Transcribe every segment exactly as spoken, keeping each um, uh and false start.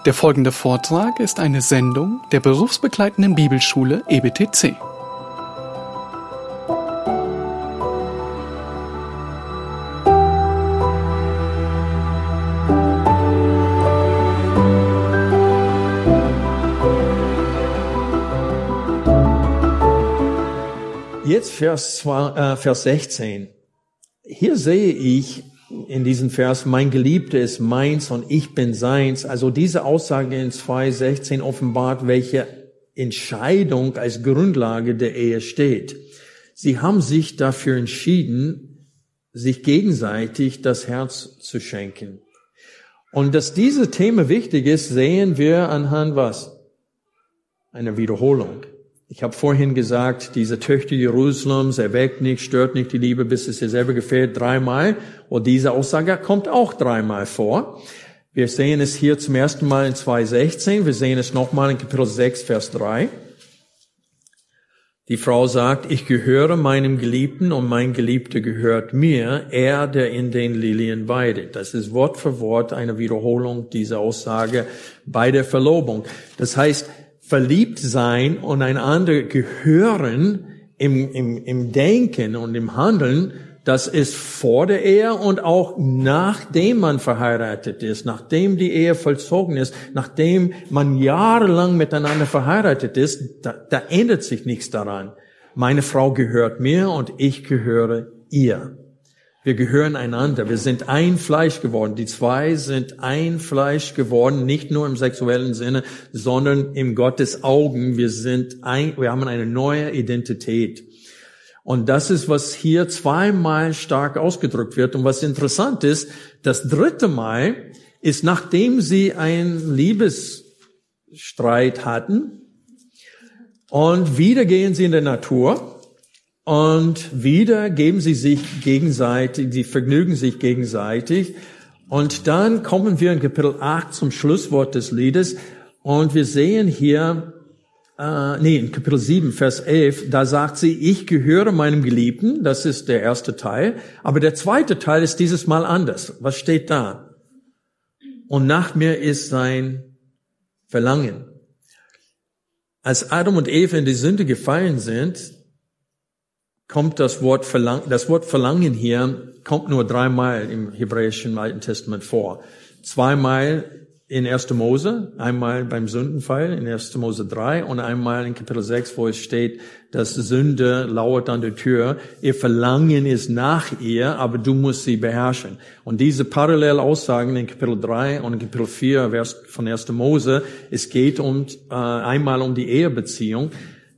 Der folgende Vortrag ist eine Sendung der berufsbegleitenden Bibelschule E B T C. Jetzt Vers, zwei, äh, Vers sechzehn. Hier sehe ich in diesem Vers, mein Geliebter ist meins und ich bin seins. Also diese Aussage in zwei sechzehn offenbart, welche Entscheidung als Grundlage der Ehe steht. Sie haben sich dafür entschieden, sich gegenseitig das Herz zu schenken. Und dass dieses Thema wichtig ist, sehen wir anhand was? Einer Wiederholung. Ich habe vorhin gesagt, diese Töchter Jerusalems erweckt nicht, stört nicht die Liebe, bis es ihr selber gefällt, dreimal. Und diese Aussage kommt auch dreimal vor. Wir sehen es hier zum ersten Mal in zwei sechzehn. Wir sehen es nochmal in Kapitel sechs, Vers drei. Die Frau sagt, ich gehöre meinem Geliebten und mein Geliebter gehört mir, er, der in den Lilien weidet. Das ist Wort für Wort eine Wiederholung dieser Aussage bei der Verlobung. Das heißt, verliebt sein und einander gehören im, im, im Denken und im Handeln, das ist vor der Ehe und auch nachdem man verheiratet ist, nachdem die Ehe vollzogen ist, nachdem man jahrelang miteinander verheiratet ist, da, da ändert sich nichts daran. Meine Frau gehört mir und ich gehöre ihr. Wir gehören einander. Wir sind ein Fleisch geworden. Die zwei sind ein Fleisch geworden, nicht nur im sexuellen Sinne, sondern in Gottes Augen. Wir sind ein, wir haben eine neue Identität. Und das ist, was hier zweimal stark ausgedrückt wird. Und was interessant ist, das dritte Mal ist, nachdem sie einen Liebesstreit hatten und wieder gehen sie in der Natur. Und wieder geben sie sich gegenseitig, sie vergnügen sich gegenseitig. Und dann kommen wir in Kapitel acht zum Schlusswort des Liedes. Und wir sehen hier, äh, nee, in Kapitel sieben, Vers elf, da sagt sie, ich gehöre meinem Geliebten. Das ist der erste Teil. Aber der zweite Teil ist dieses Mal anders. Was steht da? Und nach mir ist sein Verlangen. Als Adam und Eva in die Sünde gefallen sind, kommt das Wort Verlangen, das Wort Verlangen hier kommt nur dreimal im hebräischen Alten Testament vor. Zweimal in erster Mose, einmal beim Sündenfall in erster Mose drei und einmal in Kapitel sechs, wo es steht, dass Sünde lauert an der Tür. Ihr Verlangen ist nach ihr, aber du musst sie beherrschen. Und diese Parallelaussagen in Kapitel drei und in Kapitel vier von erster Mose, es geht um äh, einmal um die Ehebeziehung.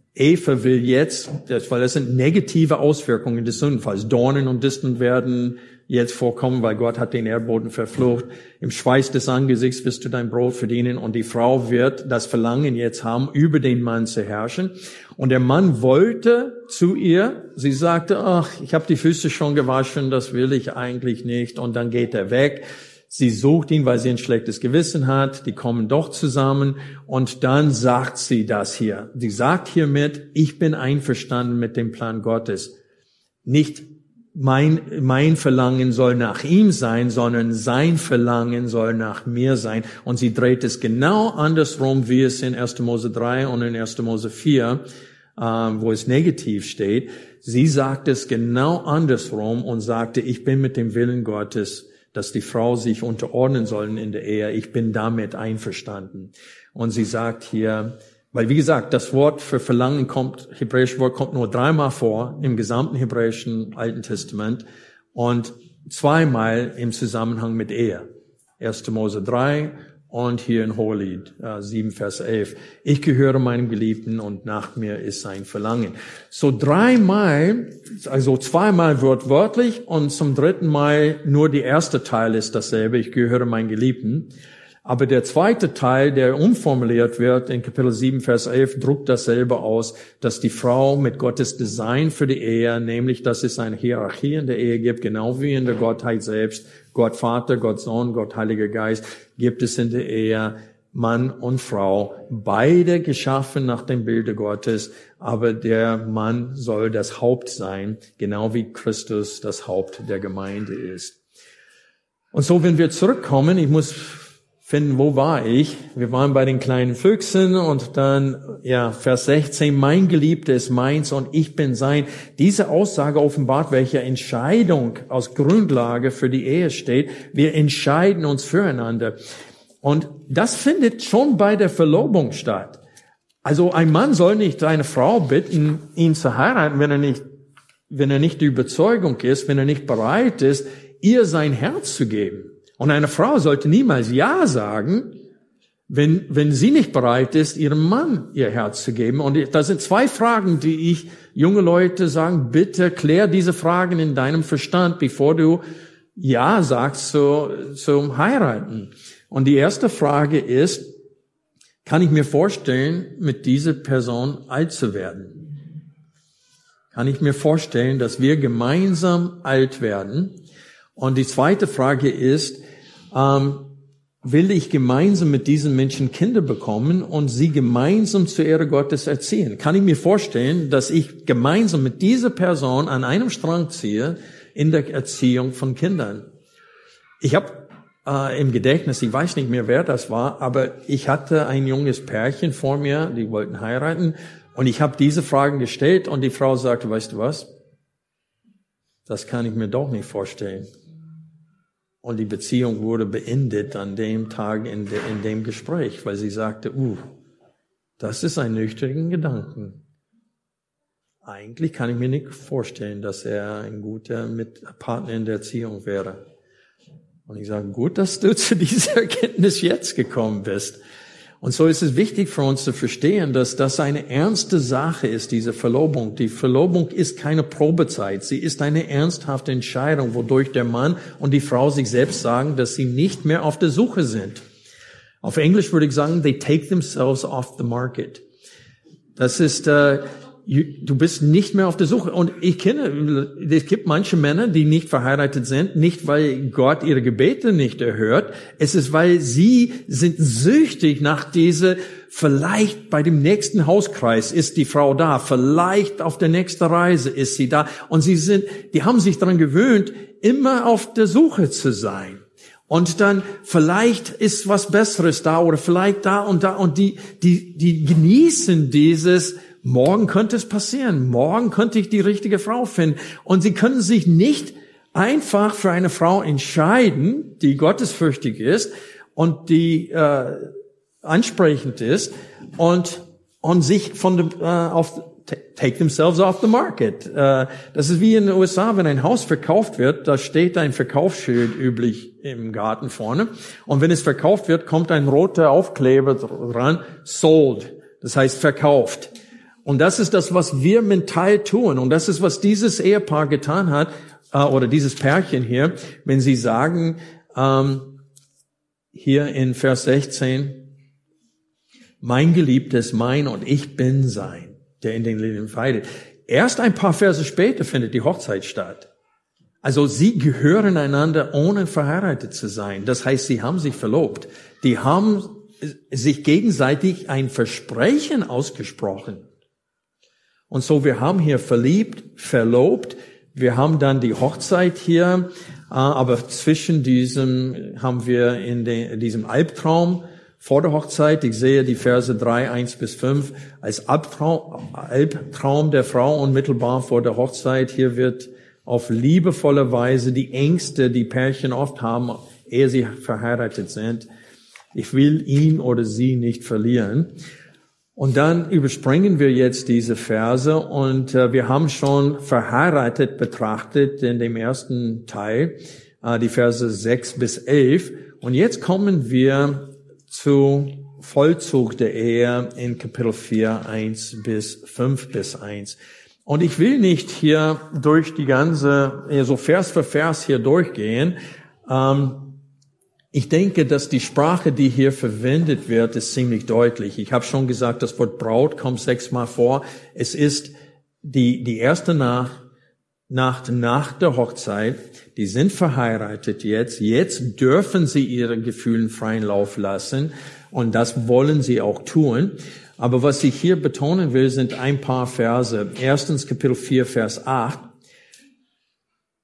Eva will jetzt, weil das sind negative Auswirkungen des Sündenfalls. Dornen und Disteln werden jetzt vorkommen, weil Gott hat den Erdboden verflucht. Im Schweiß des Angesichts wirst du dein Brot verdienen. Und die Frau wird das Verlangen jetzt haben, über den Mann zu herrschen. Und der Mann wollte zu ihr. Sie sagte, ach, ich habe die Füße schon gewaschen, das will ich eigentlich nicht. Und dann geht er weg. Sie sucht ihn, weil sie ein schlechtes Gewissen hat. Die kommen doch zusammen. Und dann sagt sie das hier. Sie sagt hiermit, ich bin einverstanden mit dem Plan Gottes. Nicht mein, mein Verlangen soll nach ihm sein, sondern sein Verlangen soll nach mir sein. Und sie dreht es genau andersrum, wie es in erster Mose drei und in erster Mose vier, äh, wo es negativ steht. Sie sagt es genau andersrum und sagte, ich bin mit dem Willen Gottes, dass die Frau sich unterordnen sollen in der Ehe. Ich bin damit einverstanden. Und sie sagt hier, weil wie gesagt, das Wort für Verlangen kommt, hebräische Wort kommt nur dreimal vor im gesamten hebräischen Alten Testament und zweimal im Zusammenhang mit Ehe. erster Mose drei und hier in Hohelied äh, sieben, Vers elf. Ich gehöre meinem Geliebten und nach mir ist sein Verlangen. So dreimal, also zweimal wortwörtlich und zum dritten Mal nur die erste Teil ist dasselbe. Ich gehöre meinem Geliebten. Aber der zweite Teil, der umformuliert wird in Kapitel sieben, Vers elf, druckt dasselbe aus, dass die Frau mit Gottes Design für die Ehe, nämlich dass es eine Hierarchie in der Ehe gibt, genau wie in der Gottheit selbst, Gott Vater, Gott Sohn, Gott Heiliger Geist, gibt es in der Ehe Mann und Frau, beide geschaffen nach dem Bilde Gottes, aber der Mann soll das Haupt sein, genau wie Christus das Haupt der Gemeinde ist. Und so, wenn wir zurückkommen, ich muss finden, wo war ich? Wir waren bei den kleinen Füchsen und dann, ja, Vers sechzehn, mein Geliebter ist meins und ich bin sein. Diese Aussage offenbart, welche Entscheidung als Grundlage für die Ehe steht. Wir entscheiden uns füreinander. Und das findet schon bei der Verlobung statt. Also ein Mann soll nicht seine Frau bitten, ihn zu heiraten, wenn er nicht, wenn er nicht die Überzeugung ist, wenn er nicht bereit ist, ihr sein Herz zu geben. Und eine Frau sollte niemals Ja sagen, wenn, wenn sie nicht bereit ist, ihrem Mann ihr Herz zu geben. Und da sind zwei Fragen, die ich junge Leute sagen, bitte klär diese Fragen in deinem Verstand, bevor du Ja sagst zu, zum Heiraten. Und die erste Frage ist, kann ich mir vorstellen, mit dieser Person alt zu werden? Kann ich mir vorstellen, dass wir gemeinsam alt werden? Und die zweite Frage ist, ähm, will ich gemeinsam mit diesen Menschen Kinder bekommen und sie gemeinsam zur Ehre Gottes erziehen? Kann ich mir vorstellen, dass ich gemeinsam mit dieser Person an einem Strang ziehe in der Erziehung von Kindern? Ich habe äh, im Gedächtnis, ich weiß nicht mehr, wer das war, aber ich hatte ein junges Pärchen vor mir, die wollten heiraten, und ich habe diese Fragen gestellt und die Frau sagte, weißt du was? Das kann ich mir doch nicht vorstellen. Und die Beziehung wurde beendet an dem Tag in, de, in dem Gespräch, weil sie sagte, uh, das ist ein nüchterner Gedanken. Eigentlich kann ich mir nicht vorstellen, dass er ein guter Partner in der Erziehung wäre. Und ich sage, gut, dass du zu dieser Erkenntnis jetzt gekommen bist. Und so ist es wichtig für uns zu verstehen, dass das eine ernste Sache ist, diese Verlobung. Die Verlobung ist keine Probezeit. Sie ist eine ernsthafte Entscheidung, wodurch der Mann und die Frau sich selbst sagen, dass sie nicht mehr auf der Suche sind. Auf Englisch würde ich sagen, they take themselves off the market. Das ist, äh, du bist nicht mehr auf der Suche. Und ich kenne, es gibt manche Männer, die nicht verheiratet sind, nicht weil Gott ihre Gebete nicht erhört. Es ist, weil sie sind süchtig nach dieser, vielleicht bei dem nächsten Hauskreis ist die Frau da, vielleicht auf der nächsten Reise ist sie da. Und sie sind, die haben sich daran gewöhnt, immer auf der Suche zu sein. Und dann vielleicht ist was Besseres da oder vielleicht da und da. Und die, die, die genießen dieses, morgen könnte es passieren. Morgen könnte ich die richtige Frau finden. Und sie können sich nicht einfach für eine Frau entscheiden, die gottesfürchtig ist und die äh, ansprechend ist und und sich von dem äh, auf take themselves off the market. Äh, das ist wie in den U S A, wenn ein Haus verkauft wird, da steht ein Verkaufsschild üblich im Garten vorne. Und wenn es verkauft wird, kommt ein roter Aufkleber dran, sold. Das heißt verkauft. Und das ist das, was wir mental tun. Und das ist, was dieses Ehepaar getan hat, äh, oder dieses Pärchen hier, wenn sie sagen, ähm, hier in Vers sechzehn, mein Geliebter ist mein und ich bin sein, der in den Lilien weidet. Erst ein paar Verse später findet die Hochzeit statt. Also sie gehören einander, ohne verheiratet zu sein. Das heißt, sie haben sich verlobt. Die haben sich gegenseitig ein Versprechen ausgesprochen. Und so, wir haben hier verliebt, verlobt, wir haben dann die Hochzeit hier, aber zwischen diesem haben wir in den, diesem Albtraum vor der Hochzeit, ich sehe die Verse drei, eins bis fünf, als Albtraum, Albtraum der Frau unmittelbar vor der Hochzeit. Hier wird auf liebevolle Weise die Ängste, die Pärchen oft haben, ehe sie verheiratet sind. Ich will ihn oder sie nicht verlieren. Und dann überspringen wir jetzt diese Verse und äh, wir haben schon verheiratet betrachtet in dem ersten Teil, äh, die Verse sechs bis elf. Und jetzt kommen wir zu Vollzug der Ehe in Kapitel vier, eins bis fünf bis eins. Und ich will nicht hier durch die ganze, so Vers für Vers hier durchgehen. Ähm, Ich denke, dass die Sprache, die hier verwendet wird, ist ziemlich deutlich. Ich habe schon gesagt, das Wort Braut kommt sechsmal vor. Es ist die, die erste Nacht, Nacht nach der Hochzeit. Die sind verheiratet jetzt. Jetzt dürfen sie ihre Gefühle freien Lauf lassen. Und das wollen sie auch tun. Aber was ich hier betonen will, sind ein paar Verse. Erstens Kapitel vier, Vers acht.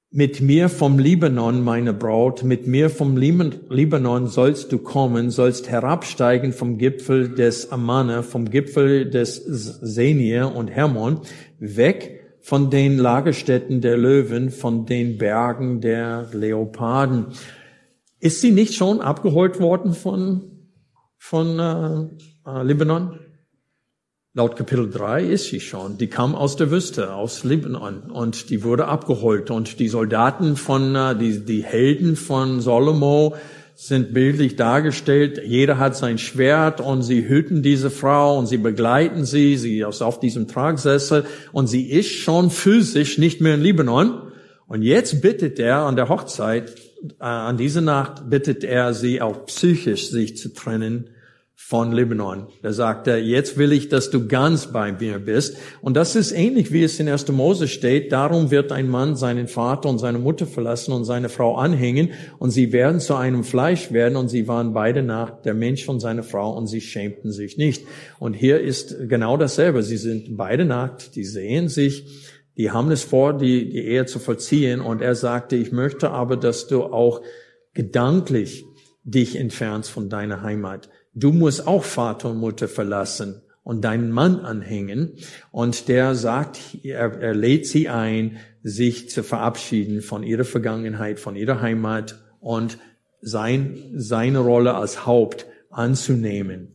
mit mir vom Libanon, meine Braut, mit mir vom Libanon sollst du kommen, sollst herabsteigen vom Gipfel des Amana, vom Gipfel des Senir und Hermon, weg von den Lagerstätten der Löwen, von den Bergen der Leoparden. Ist sie nicht schon abgeholt worden von, von äh, äh, Libanon? Laut Kapitel drei ist sie schon. Die kam aus der Wüste, aus Libanon, und die wurde abgeholt. Und die Soldaten von, die, die Helden von Salomo sind bildlich dargestellt. Jeder hat sein Schwert und sie hüten diese Frau und sie begleiten sie. Sie ist auf diesem Tragsessel und sie ist schon physisch nicht mehr in Libanon. Und jetzt bittet er an der Hochzeit, äh, an diese Nacht bittet er sie auch psychisch sich zu trennen von Libanon. Da sagt er, jetzt will ich, dass du ganz bei mir bist. Und das ist ähnlich, wie es in erster Mose steht. Darum wird ein Mann seinen Vater und seine Mutter verlassen und seine Frau anhängen. Und sie werden zu einem Fleisch werden. Und sie waren beide nackt, der Mensch und seine Frau. Und sie schämten sich nicht. Und hier ist genau dasselbe. Sie sind beide nackt. Die sehen sich. Die haben es vor, die, die Ehe zu vollziehen. Und er sagte, ich möchte aber, dass du auch gedanklich dich entfernst von deiner Heimat. Du musst auch Vater und Mutter verlassen und deinen Mann anhängen. Und der sagt, er, er lädt sie ein, sich zu verabschieden von ihrer Vergangenheit, von ihrer Heimat und sein, seine Rolle als Haupt anzunehmen.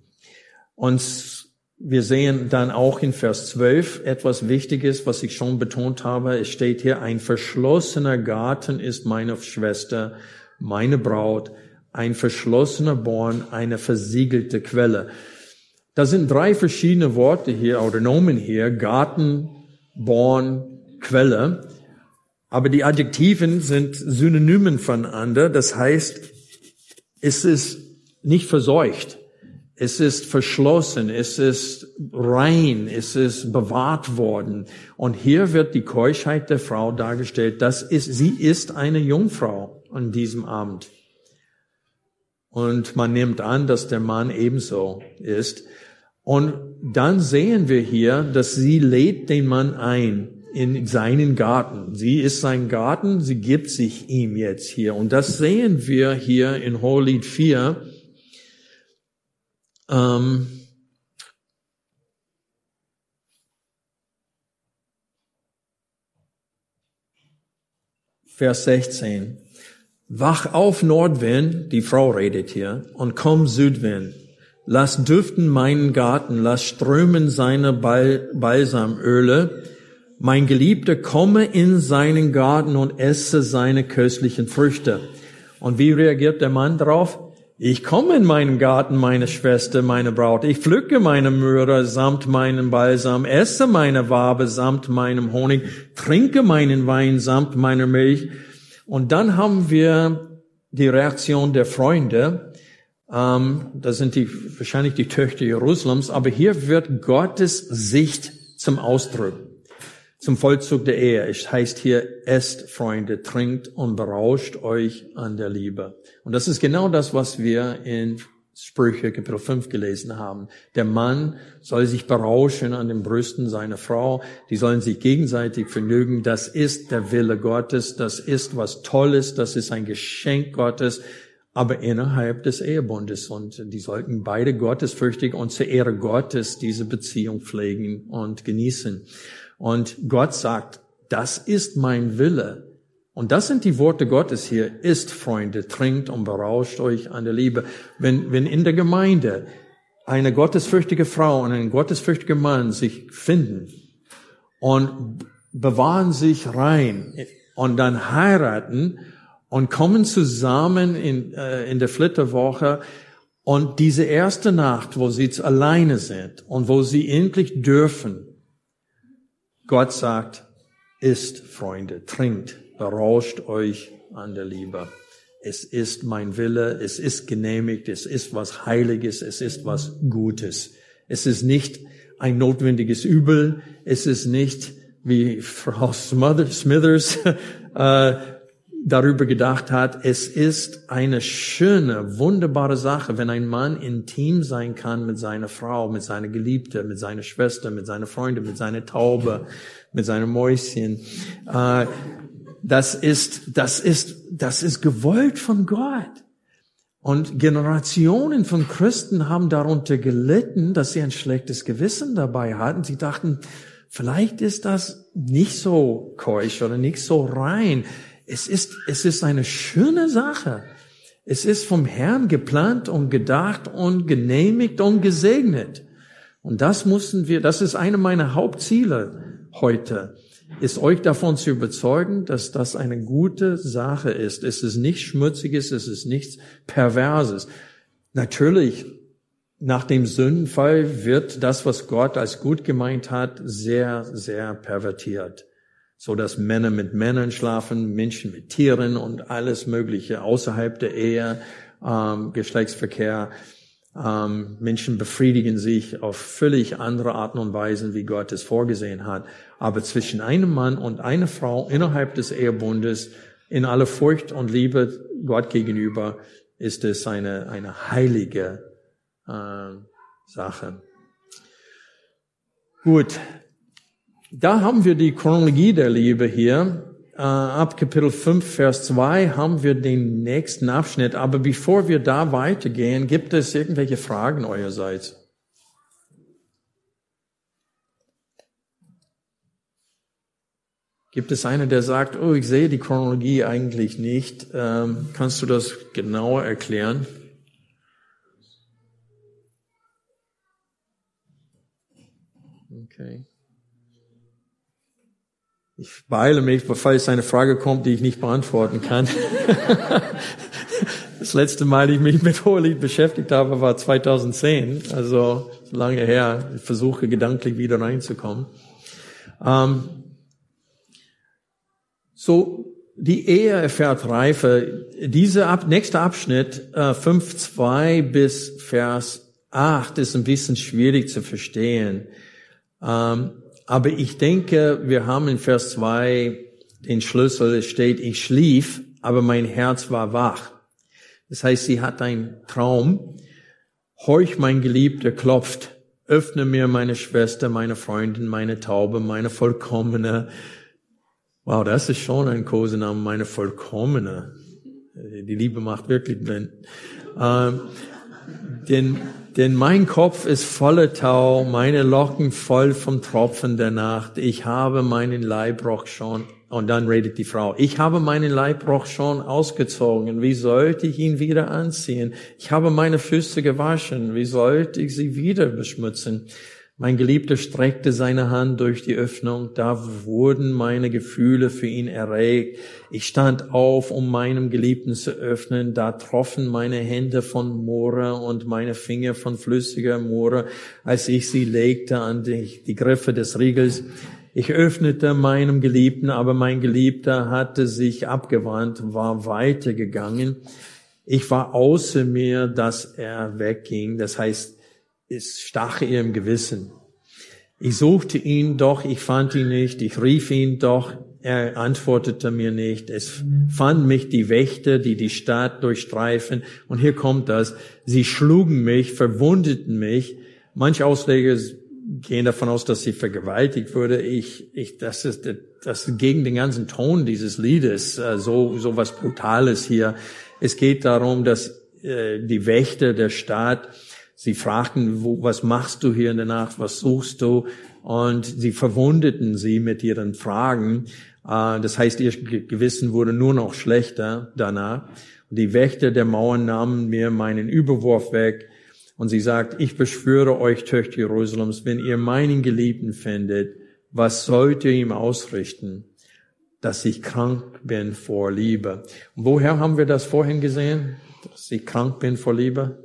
Und wir sehen dann auch in Vers zwölf etwas Wichtiges, was ich schon betont habe. Es steht hier, ein verschlossener Garten ist meine Schwester, meine Braut. Ein verschlossener Born, eine versiegelte Quelle. Da sind drei verschiedene Worte hier oder Nomen hier. Garten, Born, Quelle. Aber die Adjektiven sind Synonymen voneinander. Das heißt, es ist nicht verseucht. Es ist verschlossen. Es ist rein. Es ist bewahrt worden. Und hier wird die Keuschheit der Frau dargestellt. Das ist, sie ist eine Jungfrau an diesem Abend. Und man nimmt an, dass der Mann ebenso ist. Und dann sehen wir hier, dass sie lädt den Mann ein in seinen Garten. Sie ist sein Garten, sie gibt sich ihm jetzt hier. Und das sehen wir hier in Hohelied vier. Ähm, Vers sechzehn. Wach auf, Nordwind, die Frau redet hier, und komm, Südwind. Lass duften meinen Garten, lass strömen seine Bal- Balsamöle. Mein Geliebter, komme in seinen Garten und esse seine köstlichen Früchte. Und wie reagiert der Mann drauf? Ich komme in meinen Garten, meine Schwester, meine Braut. Ich pflücke meine Möhre samt meinem Balsam, esse meine Wabe samt meinem Honig, trinke meinen Wein samt meiner Milch. Und dann haben wir die Reaktion der Freunde. Ähm, das sind die wahrscheinlich die Töchter Jerusalems. Aber hier wird Gottes Sicht zum Ausdruck, zum Vollzug der Ehe. Es heißt hier, esst, Freunde, trinkt und berauscht euch an der Liebe. Und das ist genau das, was wir in Sprüche Kapitel fünf gelesen haben. Der Mann soll sich berauschen an den Brüsten seiner Frau. Die sollen sich gegenseitig vergnügen. Das ist der Wille Gottes. Das ist was Tolles. Das ist ein Geschenk Gottes, aber innerhalb des Ehebundes. Und die sollten beide gottesfürchtig und zur Ehre Gottes diese Beziehung pflegen und genießen. Und Gott sagt, das ist mein Wille. Und das sind die Worte Gottes hier. Isst, Freunde, trinkt und berauscht euch an der Liebe. Wenn, wenn in der Gemeinde eine gottesfürchtige Frau und ein gottesfürchtiger Mann sich finden und bewahren sich rein und dann heiraten und kommen zusammen in, äh, in der Flitterwoche und diese erste Nacht, wo sie alleine sind und wo sie endlich dürfen, Gott sagt, isst, Freunde, trinkt, berauscht euch an der Liebe. Es ist mein Wille, es ist genehmigt, es ist was Heiliges, es ist was Gutes. Es ist nicht ein notwendiges Übel, es ist nicht, wie Frau Smithers äh, darüber gedacht hat, es ist eine schöne, wunderbare Sache, wenn ein Mann intim sein kann mit seiner Frau, mit seiner Geliebte, mit seiner Schwester, mit seiner Freundin, mit seiner Taube, mit seinem Mäuschen. Äh, das ist, das ist, das ist gewollt von Gott. Und Generationen von Christen haben darunter gelitten, dass sie ein schlechtes Gewissen dabei hatten. Sie dachten, vielleicht ist das nicht so keusch oder nicht so rein. Es ist, es ist eine schöne Sache. Es ist vom Herrn geplant und gedacht und genehmigt und gesegnet. Und das mussten wir, das ist eine meiner Hauptziele heute, ist euch davon zu überzeugen, dass das eine gute Sache ist. Es ist nichts Schmutziges, es ist nichts Perverses. Natürlich, nach dem Sündenfall wird das, was Gott als gut gemeint hat, sehr, sehr pervertiert. So dass Männer mit Männern schlafen, Menschen mit Tieren und alles Mögliche außerhalb der Ehe, ähm, Geschlechtsverkehr. Ähm, Menschen befriedigen sich auf völlig andere Arten und Weisen, wie Gott es vorgesehen hat. Aber zwischen einem Mann und einer Frau innerhalb des Ehebundes, in aller Furcht und Liebe Gott gegenüber, ist es eine, eine heilige äh, Sache. Gut. Da haben wir die Chronologie der Liebe hier. Uh, ab Kapitel fünf, Vers zwei haben wir den nächsten Abschnitt. Aber bevor wir da weitergehen, gibt es irgendwelche Fragen eurerseits? Gibt es einen, der sagt, oh, ich sehe die Chronologie eigentlich nicht. Ähm, kannst du das genauer erklären? Okay. Ich beeile mich, falls eine Frage kommt, die ich nicht beantworten kann. Das letzte Mal, ich mich mit Hohelied beschäftigt habe, war zweitausendzehn, also lange her. Ich versuche gedanklich wieder reinzukommen. Ähm, so, die Ehe erfährt Reife. Dieser Ab, nächste Abschnitt, äh, fünf zwei bis Vers acht, ist ein bisschen schwierig zu verstehen. Ähm, Aber ich denke, wir haben in Vers zwei den Schlüssel. Es steht, ich schlief, aber mein Herz war wach. Das heißt, sie hat einen Traum. Horch, mein Geliebter klopft. Öffne mir, meine Schwester, meine Freundin, meine Taube, meine Vollkommene. Wow, das ist schon ein Kosename, meine Vollkommene. Die Liebe macht wirklich blind. Ähm, denn Denn mein Kopf ist voller Tau, meine Locken voll vom Tropfen der Nacht. Ich habe meinen Leibrock schon, und dann redet die Frau, ich habe meinen Leibrock schon ausgezogen. Wie sollte ich ihn wieder anziehen? Ich habe meine Füße gewaschen. Wie sollte ich sie wieder beschmutzen? Mein Geliebter streckte seine Hand durch die Öffnung, da wurden meine Gefühle für ihn erregt. Ich stand auf, um meinem Geliebten zu öffnen, da troffen meine Hände von Moore und meine Finger von flüssiger Moore, als ich sie legte an die, die Griffe des Riegels. Ich öffnete meinem Geliebten, aber mein Geliebter hatte sich abgewandt, war weitergegangen. Ich war außer mir, dass er wegging, das heißt, es stach ihr im Gewissen. Ich suchte ihn, doch ich fand ihn nicht. Ich rief ihn, doch er antwortete mir nicht. Es fanden mich die Wächter, die die Stadt durchstreifen. Und hier kommt das. Sie schlugen mich, verwundeten mich. Manche Ausleger gehen davon aus, dass sie vergewaltigt wurde. Ich, ich, das ist, das ist gegen den ganzen Ton dieses Liedes, so, so was Brutales hier. Es geht darum, dass äh, die Wächter der Stadt, sie fragten, wo, was machst du hier in der Nacht, was suchst du? Und sie verwundeten sie mit ihren Fragen. Das heißt, ihr Gewissen wurde nur noch schlechter danach. Und die Wächter der Mauern nahmen mir meinen Überwurf weg. Und sie sagt, ich beschwöre euch, Töchter Jerusalems, wenn ihr meinen Geliebten findet, was sollt ihr ihm ausrichten? Dass ich krank bin vor Liebe. Und woher haben wir das vorhin gesehen? Dass ich krank bin vor Liebe?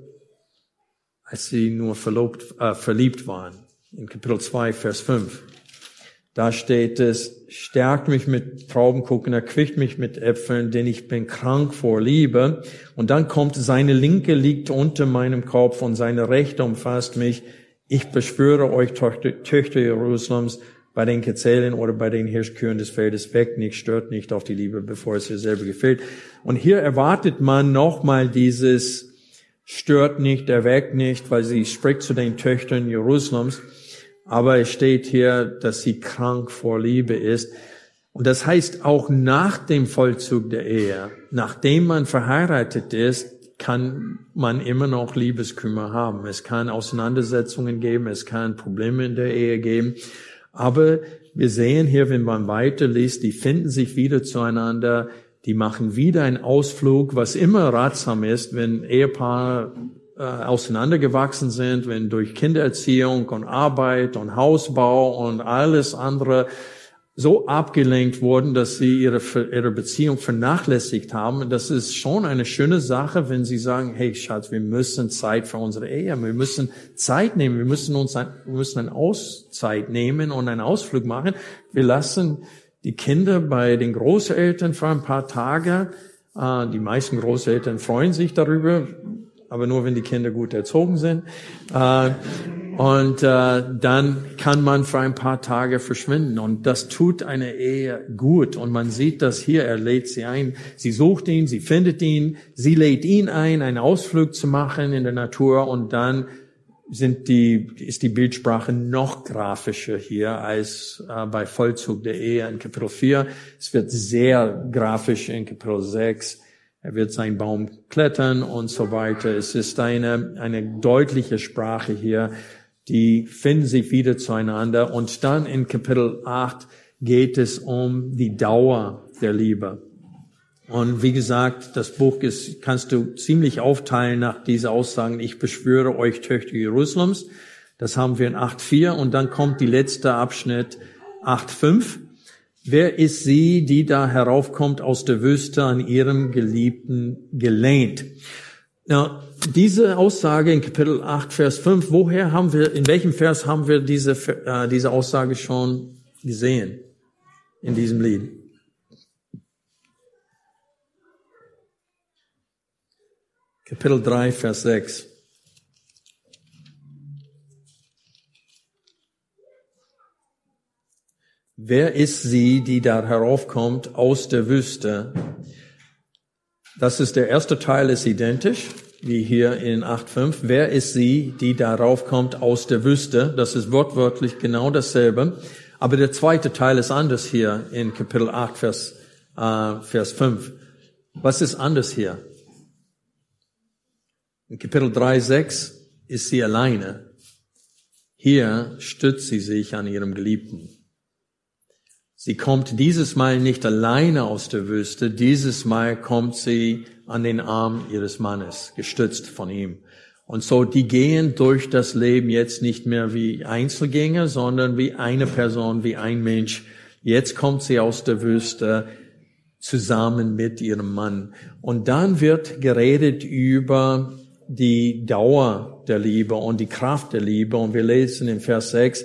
Als sie nur verlobt, äh, verliebt waren. In Kapitel zwei, Vers fünf. Da steht es, stärkt mich mit Traubenkuchen, erquickt mich mit Äpfeln, denn ich bin krank vor Liebe. Und dann kommt, seine Linke liegt unter meinem Kopf und seine Rechte umfasst mich. Ich beschwöre euch, Töchter, Töchter Jerusalems, bei den Gazellen oder bei den Hirschkühen des Feldes weg nicht, stört nicht auf die Liebe, bevor es ihr selber gefällt. Und hier erwartet man nochmal dieses stört nicht, erweckt nicht, weil sie spricht zu den Töchtern Jerusalems. Aber es steht hier, dass sie krank vor Liebe ist. Und das heißt, auch nach dem Vollzug der Ehe, nachdem man verheiratet ist, kann man immer noch Liebeskümmer haben. Es kann Auseinandersetzungen geben, es kann Probleme in der Ehe geben. Aber wir sehen hier, wenn man weiterliest, die finden sich wieder zueinander, die machen wieder einen Ausflug, was immer ratsam ist, wenn Ehepaare äh, auseinandergewachsen sind, wenn durch Kindererziehung und Arbeit und Hausbau und alles andere so abgelenkt wurden, dass sie ihre, ihre Beziehung vernachlässigt haben. Das ist schon eine schöne Sache, wenn sie sagen, hey Schatz, wir müssen Zeit für unsere Ehe, wir müssen Zeit nehmen, wir müssen uns ein, wir müssen eine Auszeit nehmen und einen Ausflug machen. Wir lassen die Kinder bei den Großeltern für ein paar Tage. Die meisten Großeltern freuen sich darüber, aber nur, wenn die Kinder gut erzogen sind. Und äh, dann kann man für ein paar Tage verschwinden. Und das tut eine Ehe gut. Und man sieht das hier, er lädt sie ein. Sie sucht ihn, sie findet ihn, sie lädt ihn ein, einen Ausflug zu machen in der Natur. Und dann sind die, ist die Bildsprache noch grafischer hier als äh, bei Vollzug der Ehe in Kapitel vier. Es wird sehr grafisch in Kapitel sechs. Er wird seinen Baum klettern und so weiter. Es ist eine, eine deutliche Sprache hier. Die finden sich wieder zueinander. Und dann in Kapitel acht geht es um die Dauer der Liebe. Und wie gesagt, das Buch ist, kannst du ziemlich aufteilen nach diesen Aussagen. Ich beschwöre euch, Töchter Jerusalems. Das haben wir in acht vier. Und dann kommt die letzte Abschnitt, acht fünf. Wer ist sie, die da heraufkommt aus der Wüste an ihrem Geliebten gelehnt? Ja, diese Aussage in Kapitel acht, Vers fünf, woher haben wir, in welchem Vers haben wir diese, äh, diese Aussage schon gesehen? In diesem Lied. Kapitel drei, Vers sechs. Wer ist sie, die da heraufkommt aus der Wüste? Das ist der erste Teil, ist identisch, wie hier in acht fünf. Wer ist sie, die darauf kommt aus der Wüste? Das ist wortwörtlich genau dasselbe. Aber der zweite Teil ist anders hier in Kapitel acht, Vers, äh, Vers fünf. Was ist anders hier? In Kapitel drei, sechs ist sie alleine. Hier stützt sie sich an ihrem Geliebten. Sie kommt dieses Mal nicht alleine aus der Wüste, dieses Mal kommt sie an den Arm ihres Mannes, gestützt von ihm. Und so, die gehen durch das Leben jetzt nicht mehr wie Einzelgänger, sondern wie eine Person, wie ein Mensch. Jetzt kommt sie aus der Wüste zusammen mit ihrem Mann. Und dann wird geredet über die Dauer der Liebe und die Kraft der Liebe. Und wir lesen in Vers sechs,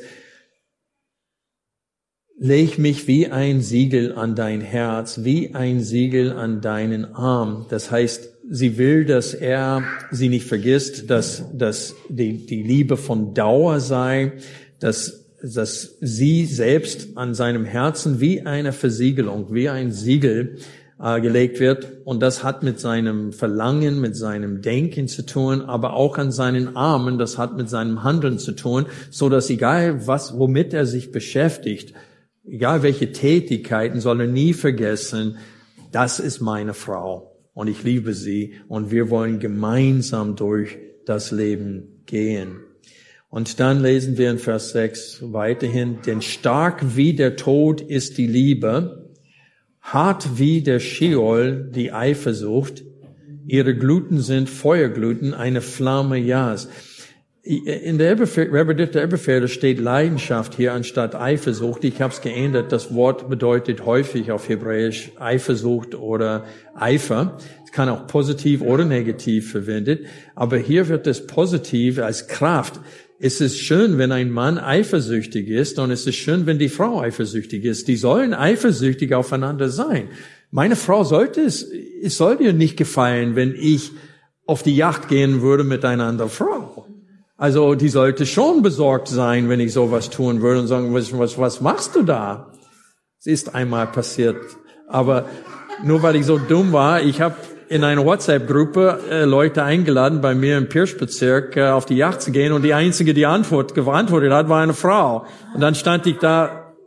leg mich wie ein Siegel an dein Herz, wie ein Siegel an deinen Arm. Das heißt, sie will, dass er sie nicht vergisst, dass, dass die, die Liebe von Dauer sei, dass, dass sie selbst an seinem Herzen wie eine Versiegelung, wie ein Siegel äh, gelegt wird. Und das hat mit seinem Verlangen, mit seinem Denken zu tun, aber auch an seinen Armen, das hat mit seinem Handeln zu tun, so dass egal was, womit er sich beschäftigt, egal welche Tätigkeiten, soll er nie vergessen, das ist meine Frau und ich liebe sie und wir wollen gemeinsam durch das Leben gehen. Und dann lesen wir in Vers sechs weiterhin, denn stark wie der Tod ist die Liebe, hart wie der Scheol die Eifersucht, ihre Gluten sind Feuergluten, eine Flamme Jas. In der Elberfelder steht Leidenschaft hier anstatt Eifersucht. Ich habe es geändert. Das Wort bedeutet häufig auf Hebräisch Eifersucht oder Eifer. Es kann auch positiv oder negativ verwendet. Aber hier wird es positiv als Kraft. Es ist schön, wenn ein Mann eifersüchtig ist und es ist schön, wenn die Frau eifersüchtig ist. Die sollen eifersüchtig aufeinander sein. Meine Frau sollte es, es sollte ihr nicht gefallen, wenn ich auf die Yacht gehen würde mit einer anderen Frau. Also die sollte schon besorgt sein, wenn ich sowas tun würde und sagen, was, was, was machst du da? Es ist einmal passiert. Aber nur weil ich so dumm war, ich habe in einer WhatsApp-Gruppe äh, Leute eingeladen, bei mir im Pirschbezirk äh, auf die Yacht zu gehen und die einzige, die Antwort geantwortet hat, war eine Frau. Und dann stand ich da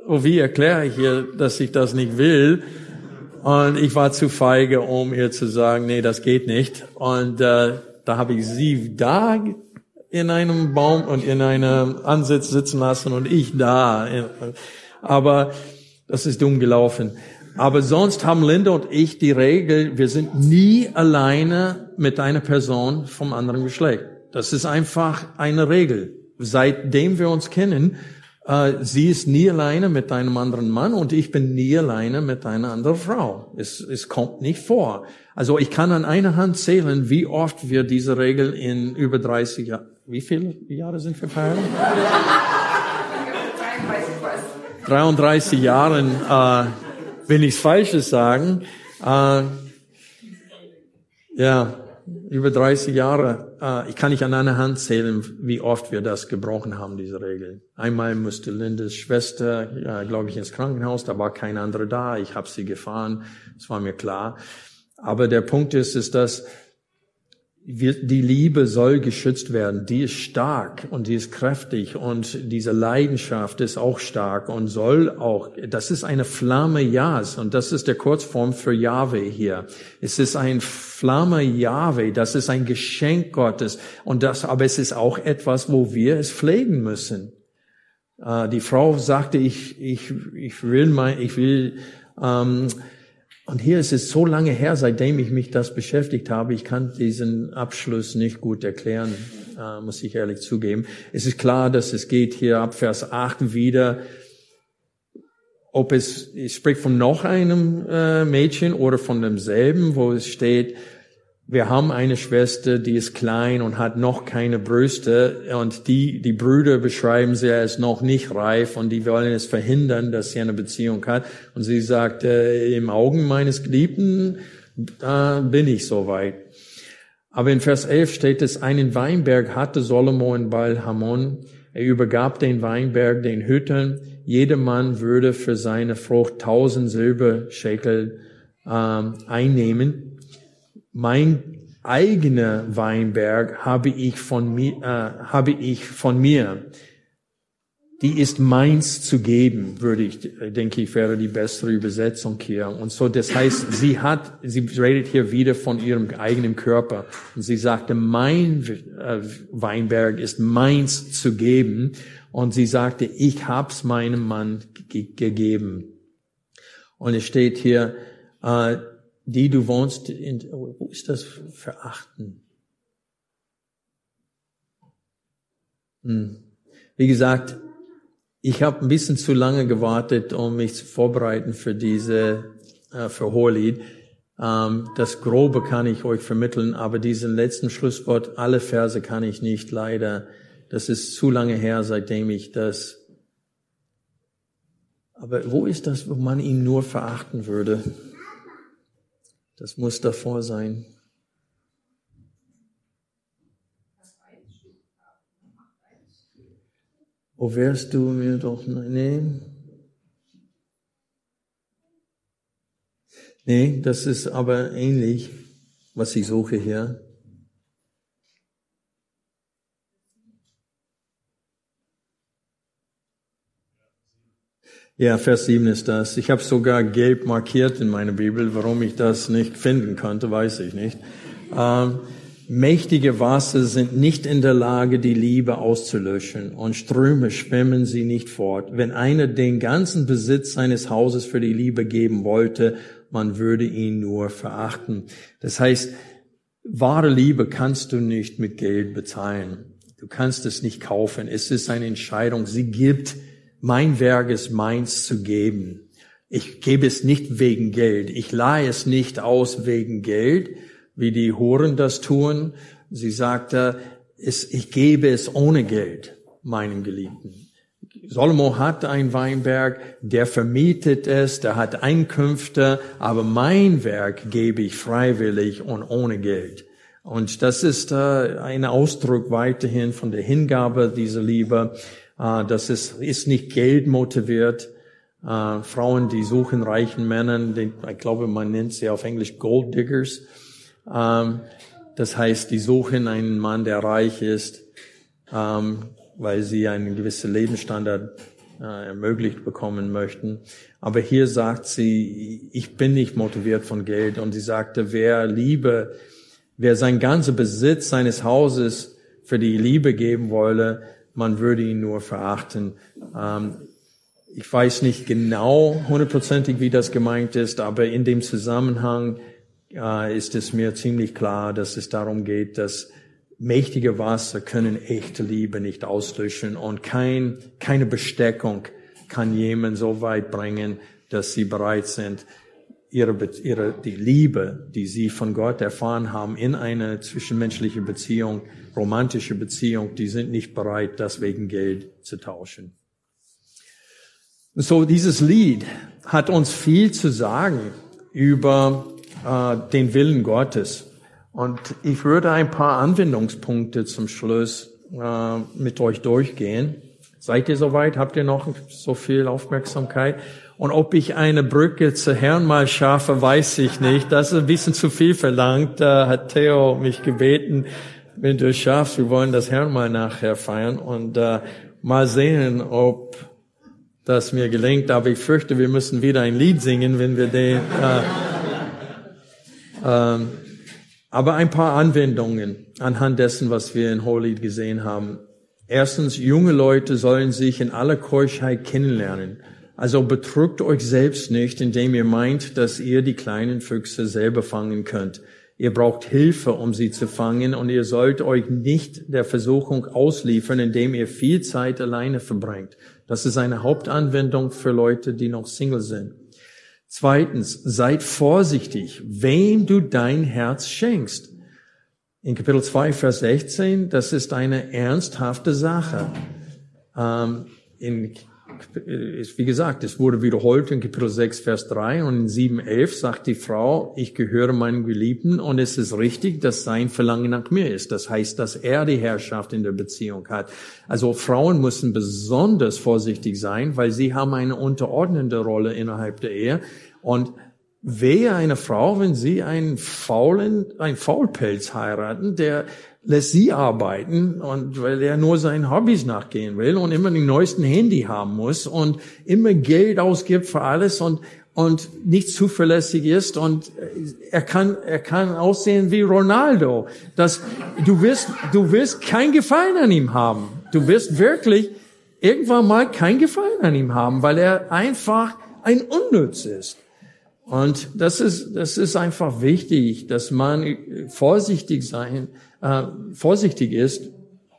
oh, wie erkläre ich ihr, dass ich das nicht will? Und ich war zu feige, um ihr zu sagen, nee, das geht nicht. Und äh, da habe ich sie da in einem Baum und in einem Ansitz sitzen lassen und ich da. Aber das ist dumm gelaufen. Aber sonst haben Linda und ich die Regel, wir sind nie alleine mit einer Person vom anderen Geschlecht. Das ist einfach eine Regel. Seitdem wir uns kennen, äh, sie ist nie alleine mit einem anderen Mann und ich bin nie alleine mit einer anderen Frau. Es, es kommt nicht vor. Also ich kann an einer Hand zählen, wie oft wir diese Regel in über dreißig Jahren, wie viele Jahre sind wir verheiratet? dreiunddreißig Jahren, äh, will nichts Falsches sagen. Äh, ja, über dreißig Jahre. Äh, ich kann nicht an einer Hand zählen, wie oft wir das gebrochen haben, diese Regel. Einmal musste Lindas Schwester, äh, glaube ich, ins Krankenhaus. Da war kein anderer da. Ich habe sie gefahren. Das war mir klar. Aber der Punkt ist, ist, dass wir, die Liebe soll geschützt werden. Die ist stark und die ist kräftig und diese Leidenschaft ist auch stark und soll auch, das ist eine Flamme Jahs und das ist der Kurzform für Jahwe hier. Es ist ein Flamme Jahwe, das ist ein Geschenk Gottes und das, aber es ist auch etwas, wo wir es pflegen müssen. Äh, die Frau sagte, ich, ich, ich will mein, ich will, ähm, und hier ist es so lange her, seitdem ich mich das beschäftigt habe. Ich kann diesen Abschluss nicht gut erklären, äh, muss ich ehrlich zugeben. Es ist klar, dass es geht hier ab Vers acht wieder, ob es, es spricht von noch einem äh, Mädchen oder von demselben, wo es steht, wir haben eine Schwester, die ist klein und hat noch keine Brüste und die, die Brüder beschreiben sie als noch nicht reif und die wollen es verhindern, dass sie eine Beziehung hat. Und sie sagt, äh, im Augen meines Geliebten, da bin ich soweit. Aber in Vers elf steht es, einen Weinberg hatte Solomon bei Hamon. Er übergab den Weinberg den Hüttern. Jedermann würde für seine Frucht tausend Silberschekel ähm, einnehmen. Mein eigener Weinberg habe ich von mir, äh, habe ich von mir. Die ist meins zu geben, würde ich, denke ich, wäre die bessere Übersetzung hier. Und so, das heißt, sie hat, sie redet hier wieder von ihrem eigenen Körper. Und sie sagte, mein äh, Weinberg ist meins zu geben. Und sie sagte, ich hab's meinem Mann ge- gegeben. Und es steht hier, äh, die du wohnst in, wo ist das verachten? Hm. Wie gesagt, ich habe ein bisschen zu lange gewartet, um mich zu vorbereiten für diese, äh, für Hohelied. Ähm, das Grobe kann ich euch vermitteln, aber diesen letzten Schlusswort, alle Verse kann ich nicht, leider. Das ist zu lange her, seitdem ich das, aber wo ist das, wo man ihn nur verachten würde? Das muss davor sein. Oh, wärst du mir doch, nee. Nee, das ist aber ähnlich, was ich suche hier. Ja, Vers sieben ist das. Ich habe sogar gelb markiert in meiner Bibel. Warum ich das nicht finden konnte, weiß ich nicht. Ähm, mächtige Wasser sind nicht in der Lage, die Liebe auszulöschen, und Ströme schwimmen sie nicht fort. Wenn einer den ganzen Besitz seines Hauses für die Liebe geben wollte, man würde ihn nur verachten. Das heißt, wahre Liebe kannst du nicht mit Geld bezahlen. Du kannst es nicht kaufen. Es ist eine Entscheidung. Sie gibt. Mein Werk ist meins zu geben. Ich gebe es nicht wegen Geld. Ich leihe es nicht aus wegen Geld, wie die Huren das tun. Sie sagte, ich gebe es ohne Geld, meinem Geliebten. Salomo hat einen Weinberg, der vermietet es, der hat Einkünfte, aber mein Werk gebe ich freiwillig und ohne Geld. Und das ist ein Ausdruck weiterhin von der Hingabe dieser Liebe. Das ist, ist nicht Geld motiviert. Äh, Frauen, die suchen reichen Männern, die, ich glaube, man nennt sie auf Englisch Gold Diggers. Ähm, das heißt, die suchen einen Mann, der reich ist, ähm, weil sie einen gewissen Lebensstandard äh, ermöglicht bekommen möchten. Aber hier sagt sie, ich bin nicht motiviert von Geld. Und sie sagte, wer Liebe, wer sein ganzer Besitz seines Hauses für die Liebe geben wolle, man würde ihn nur verachten. Ähm, ich weiß nicht genau hundertprozentig, wie das gemeint ist, aber in dem Zusammenhang äh, ist es mir ziemlich klar, dass es darum geht, dass mächtige Wasser können echte Liebe nicht auslöschen und kein, keine Besteckung kann jemand so weit bringen, dass sie bereit sind, ihre, ihre, die Liebe, die sie von Gott erfahren haben in eine zwischenmenschliche Beziehung, romantische Beziehung, die sind nicht bereit, das wegen Geld zu tauschen. So, dieses Lied hat uns viel zu sagen über äh, den Willen Gottes. Und ich würde ein paar Anwendungspunkte zum Schluss äh, mit euch durchgehen. Seid ihr soweit? Habt ihr noch so viel Aufmerksamkeit? Und ob ich eine Brücke zu Herrn mal schaffe, weiß ich nicht. Das ist ein bisschen zu viel verlangt. Da hat Theo mich gebeten, wenn du es schaffst, wir wollen das Herrn mal nachher feiern und äh, mal sehen, ob das mir gelingt. Aber ich fürchte, wir müssen wieder ein Lied singen, wenn wir den... Äh, ähm, Aber ein paar Anwendungen anhand dessen, was wir in Hohelied gesehen haben. Erstens, junge Leute sollen sich in aller Keuschheit kennenlernen. Also betrügt euch selbst nicht, indem ihr meint, dass ihr die kleinen Füchse selber fangen könnt. Ihr braucht Hilfe, um sie zu fangen, und ihr sollt euch nicht der Versuchung ausliefern, indem ihr viel Zeit alleine verbringt. Das ist eine Hauptanwendung für Leute, die noch Single sind. Zweitens, seid vorsichtig, wem du dein Herz schenkst. In Kapitel zwei, Vers sechzehn, das ist eine ernsthafte Sache. Ähm, in, wie gesagt, es wurde wiederholt in Kapitel sechs, Vers drei, und in sieben, elf sagt die Frau, ich gehöre meinem Geliebten, und es ist richtig, dass sein Verlangen nach mir ist. Das heißt, dass er die Herrschaft in der Beziehung hat. Also Frauen müssen besonders vorsichtig sein, weil sie haben eine unterordnende Rolle innerhalb der Ehe. Und wehe eine Frau, wenn sie einen faulen, einen Faulpelz heiraten, der lässt sie arbeiten, und weil er nur seinen Hobbys nachgehen will und immer den neuesten Handy haben muss und immer Geld ausgibt für alles und und nicht zuverlässig ist, und er kann er kann aussehen wie Ronaldo. Das du wirst du wirst kein Gefallen an ihm haben. Du wirst wirklich irgendwann mal kein Gefallen an ihm haben, weil er einfach ein Unnütz ist. Und das ist, das ist einfach wichtig, dass man vorsichtig sein, äh, vorsichtig ist,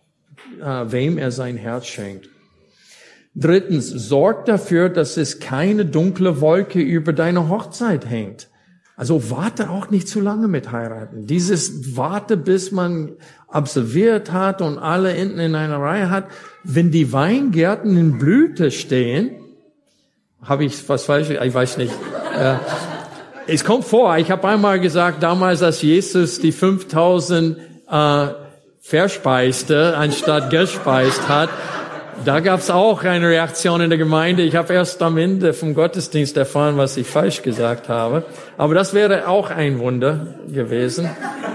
äh, wem er sein Herz schenkt. Drittens, sorg dafür, dass es keine dunkle Wolke über deine Hochzeit hängt. Also warte auch nicht zu lange mit heiraten. Dieses warte, bis man absolviert hat und alle hinten in einer Reihe hat. Wenn die Weingärten in Blüte stehen, habe ich was falsch? Ich weiß nicht. Äh, es kommt vor, ich habe einmal gesagt, damals, als Jesus die fünftausend äh, verspeiste, anstatt gespeist hat, da gab es auch eine Reaktion in der Gemeinde. Ich habe erst am Ende vom Gottesdienst erfahren, was ich falsch gesagt habe. Aber das wäre auch ein Wunder gewesen.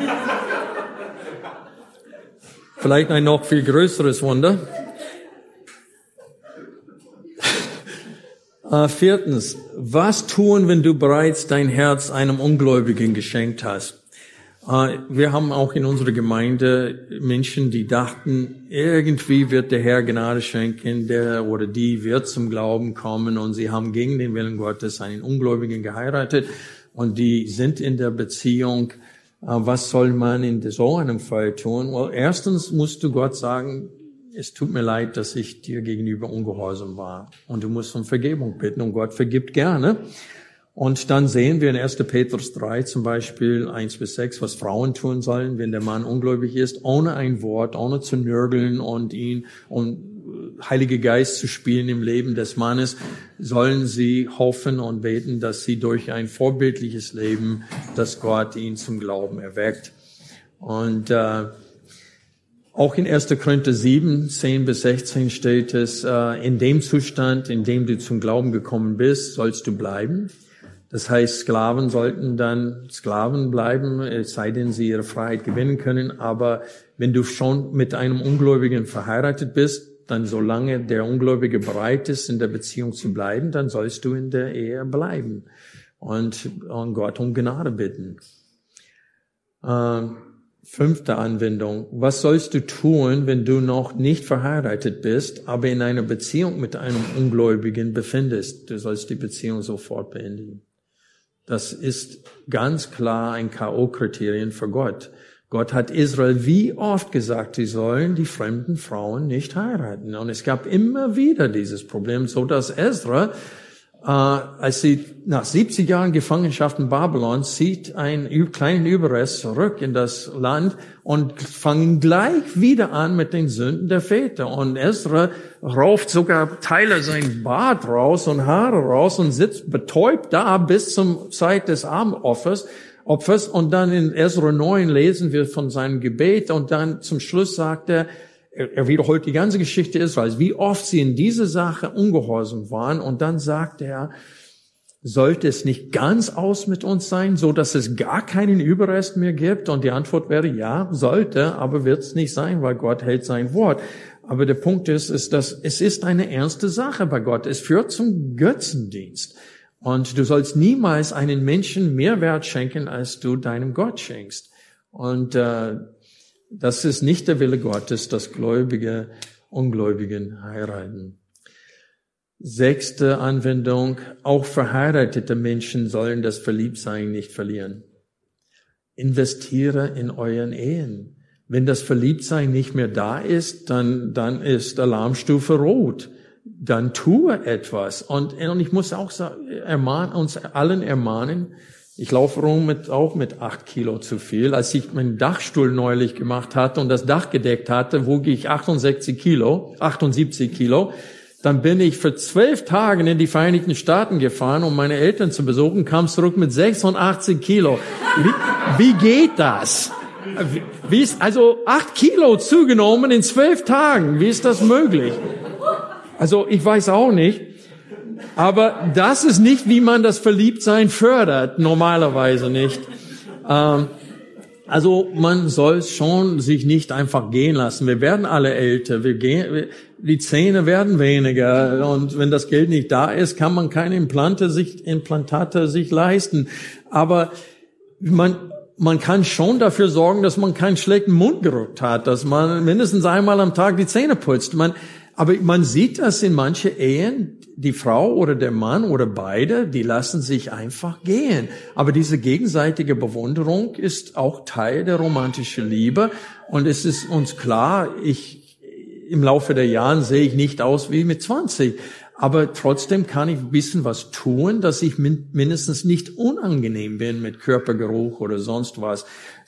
Vielleicht ein noch viel größeres Wunder. Uh, viertens, was tun, wenn du bereits dein Herz einem Ungläubigen geschenkt hast? Uh, wir haben auch in unserer Gemeinde Menschen, die dachten, irgendwie wird der Herr Gnade schenken, der oder die wird zum Glauben kommen, und sie haben gegen den Willen Gottes einen Ungläubigen geheiratet, und die sind in der Beziehung. Uh, was soll man in so einem Fall tun? Well, erstens musst du Gott sagen, es tut mir leid, dass ich dir gegenüber ungehorsam war. Und du musst um Vergebung bitten, und Gott vergibt gerne. Und dann sehen wir in erster Petrus drei zum Beispiel eins bis sechs, was Frauen tun sollen, wenn der Mann ungläubig ist, ohne ein Wort, ohne zu nörgeln und ihn um Heilige Geist zu spielen im Leben des Mannes, sollen sie hoffen und beten, dass sie durch ein vorbildliches Leben, dass Gott ihn zum Glauben erweckt. Und äh, auch in erster Korinther sieben, zehn bis sechzehn steht es, äh, in dem Zustand, in dem du zum Glauben gekommen bist, sollst du bleiben. Das heißt, Sklaven sollten dann Sklaven bleiben, es sei denn, sie ihre Freiheit gewinnen können. Aber wenn du schon mit einem Ungläubigen verheiratet bist, dann solange der Ungläubige bereit ist, in der Beziehung zu bleiben, dann sollst du in der Ehe bleiben und, und Gott um Gnade bitten. Äh, fünfte Anwendung. Was sollst du tun, wenn du noch nicht verheiratet bist, aber in einer Beziehung mit einem Ungläubigen befindest? Du sollst die Beziehung sofort beenden. Das ist ganz klar ein K O-Kriterium für Gott. Gott hat Israel wie oft gesagt, sie sollen die fremden Frauen nicht heiraten. Und es gab immer wieder dieses Problem, so dass Ezra, äh, als sie nach siebzig Jahren Gefangenschaft in Babylon, zieht einen kleinen Überrest zurück in das Land und fangen gleich wieder an mit den Sünden der Väter. Und Ezra rauft sogar Teile sein Bart raus und Haare raus und sitzt betäubt da bis zum Zeit des Abendopfers. Opfers. Und dann in Ezra neun lesen wir von seinem Gebet und dann zum Schluss sagt er, er wiederholt die ganze Geschichte Israels, wie oft sie in diese Sache ungehorsam waren. Und dann sagt er, sollte es nicht ganz aus mit uns sein, so dass es gar keinen Überrest mehr gibt? Und die Antwort wäre ja, sollte, aber wird es nicht sein, weil Gott hält sein Wort. Aber der Punkt ist, ist, dass es ist eine ernste Sache bei Gott. Es führt zum Götzendienst. Und du sollst niemals einen Menschen mehr Wert schenken, als du deinem Gott schenkst. Und äh, das ist nicht der Wille Gottes, dass Gläubige Ungläubigen heiraten. Sechste Anwendung, auch verheiratete Menschen sollen das Verliebtsein nicht verlieren. Investiere in euren Ehen. Wenn das Verliebtsein nicht mehr da ist, dann, dann ist Alarmstufe rot. Dann tue etwas. Und, und ich muss auch sagen, ermahnen, uns allen ermahnen, ich laufe rum mit, auch mit acht Kilo zu viel. Als ich meinen Dachstuhl neulich gemacht hatte und das Dach gedeckt hatte, wog ich achtundsechzig Kilo, achtundsiebzig Kilo. Dann bin ich für zwölf Tage in die Vereinigten Staaten gefahren, um meine Eltern zu besuchen, kam zurück mit sechsundachtzig Kilo. Wie, wie geht das? Wie ist, also acht Kilo zugenommen in zwölf Tagen. Wie ist das möglich? Also ich weiß auch nicht, aber das ist nicht, wie man das Verliebtsein fördert, normalerweise nicht. Ähm, also man soll schon sich nicht einfach gehen lassen. Wir werden alle älter, wir gehen, die Zähne werden weniger und wenn das Geld nicht da ist, kann man keine Implante sich, Implantate sich leisten. Aber man man kann schon dafür sorgen, dass man keinen schlechten Mundgeruch hat, dass man mindestens einmal am Tag die Zähne putzt. Man Aber man sieht das in manche Ehen, die Frau oder der Mann oder beide, die lassen sich einfach gehen. Aber diese gegenseitige Bewunderung ist auch Teil der romantischen Liebe. Und es ist uns klar, ich, im Laufe der Jahre sehe ich nicht aus wie mit zwanzig. Aber trotzdem kann ich ein bisschen was tun, dass ich min- mindestens nicht unangenehm bin mit Körpergeruch oder sonst was.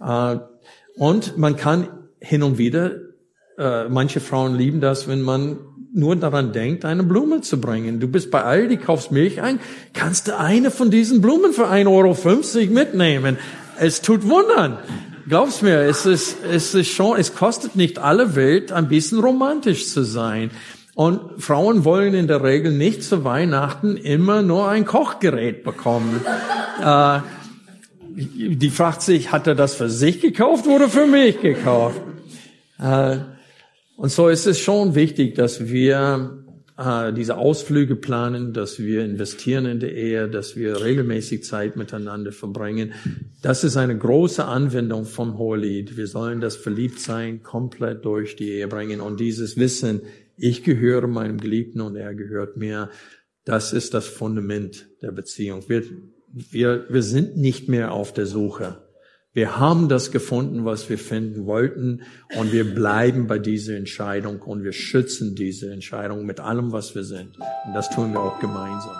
Und man kann hin und wieder Äh, manche Frauen lieben das, wenn man nur daran denkt, eine Blume zu bringen. Du bist bei Aldi, kaufst Milch ein, kannst du eine von diesen Blumen für ein Euro fünfzig mitnehmen. Es tut Wundern. Glaub's mir, es ist, es ist schon, es kostet nicht alle Welt, ein bisschen romantisch zu sein. Und Frauen wollen in der Regel nicht zu Weihnachten immer nur ein Kochgerät bekommen. äh, die fragt sich, hat er das für sich gekauft oder für mich gekauft? Äh, Und so ist es schon wichtig, dass wir äh, diese Ausflüge planen, dass wir investieren in die Ehe, dass wir regelmäßig Zeit miteinander verbringen. Das ist eine große Anwendung vom Hohelied. Wir sollen das Verliebtsein komplett durch die Ehe bringen. Und dieses Wissen, ich gehöre meinem Geliebten und er gehört mir, das ist das Fundament der Beziehung. Wir, wir, wir sind nicht mehr auf der Suche. Wir haben das gefunden, was wir finden wollten, und wir bleiben bei dieser Entscheidung und wir schützen diese Entscheidung mit allem, was wir sind. Und das tun wir auch gemeinsam.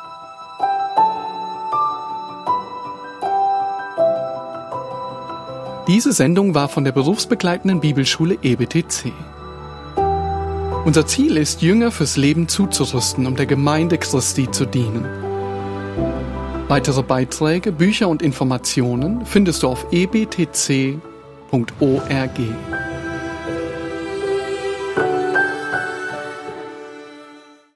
Diese Sendung war von der berufsbegleitenden Bibelschule E B T C. Unser Ziel ist, Jünger fürs Leben zuzurüsten, um der Gemeinde Christi zu dienen. Weitere Beiträge, Bücher und Informationen findest du auf e b t c punkt org.